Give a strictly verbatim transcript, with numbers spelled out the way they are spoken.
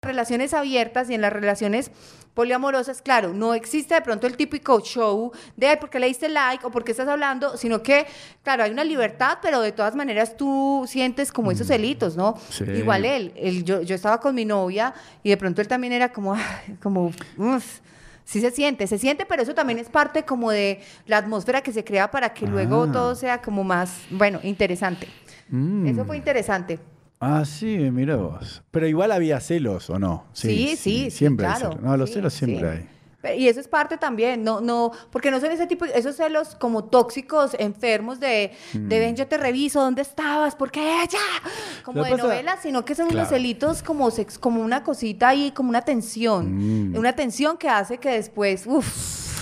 relaciones abiertas y en las relaciones poliamorosas, claro, no existe de pronto el típico show de "Ay, ¿por qué le diste like? O ¿por qué estás hablando?", sino que, claro, hay una libertad, pero de todas maneras tú sientes como esos celitos, ¿no? Sí. Igual él, él yo, yo estaba con mi novia y de pronto él también era como, ay, como, uf, sí se siente, se siente, pero eso también es parte como de la atmósfera que se crea para que luego Ah. todo sea como más, bueno, interesante. Mm. Eso fue interesante. Ah, sí, mira vos. Pero igual había celos, ¿o no? Sí, sí, sí, siempre hay claro. celos. No, los Sí, celos siempre sí. hay. Pe- Y eso es parte también, no, no, porque no son ese tipo, esos celos como tóxicos, enfermos de, de ven, yo te reviso, ¿dónde estabas? ¿Por qué ella? Como Lo de que pasa- novela, sino que son unos Claro. celitos como sex, como una cosita ahí, como una tensión, Mm. una tensión que hace que después, uff.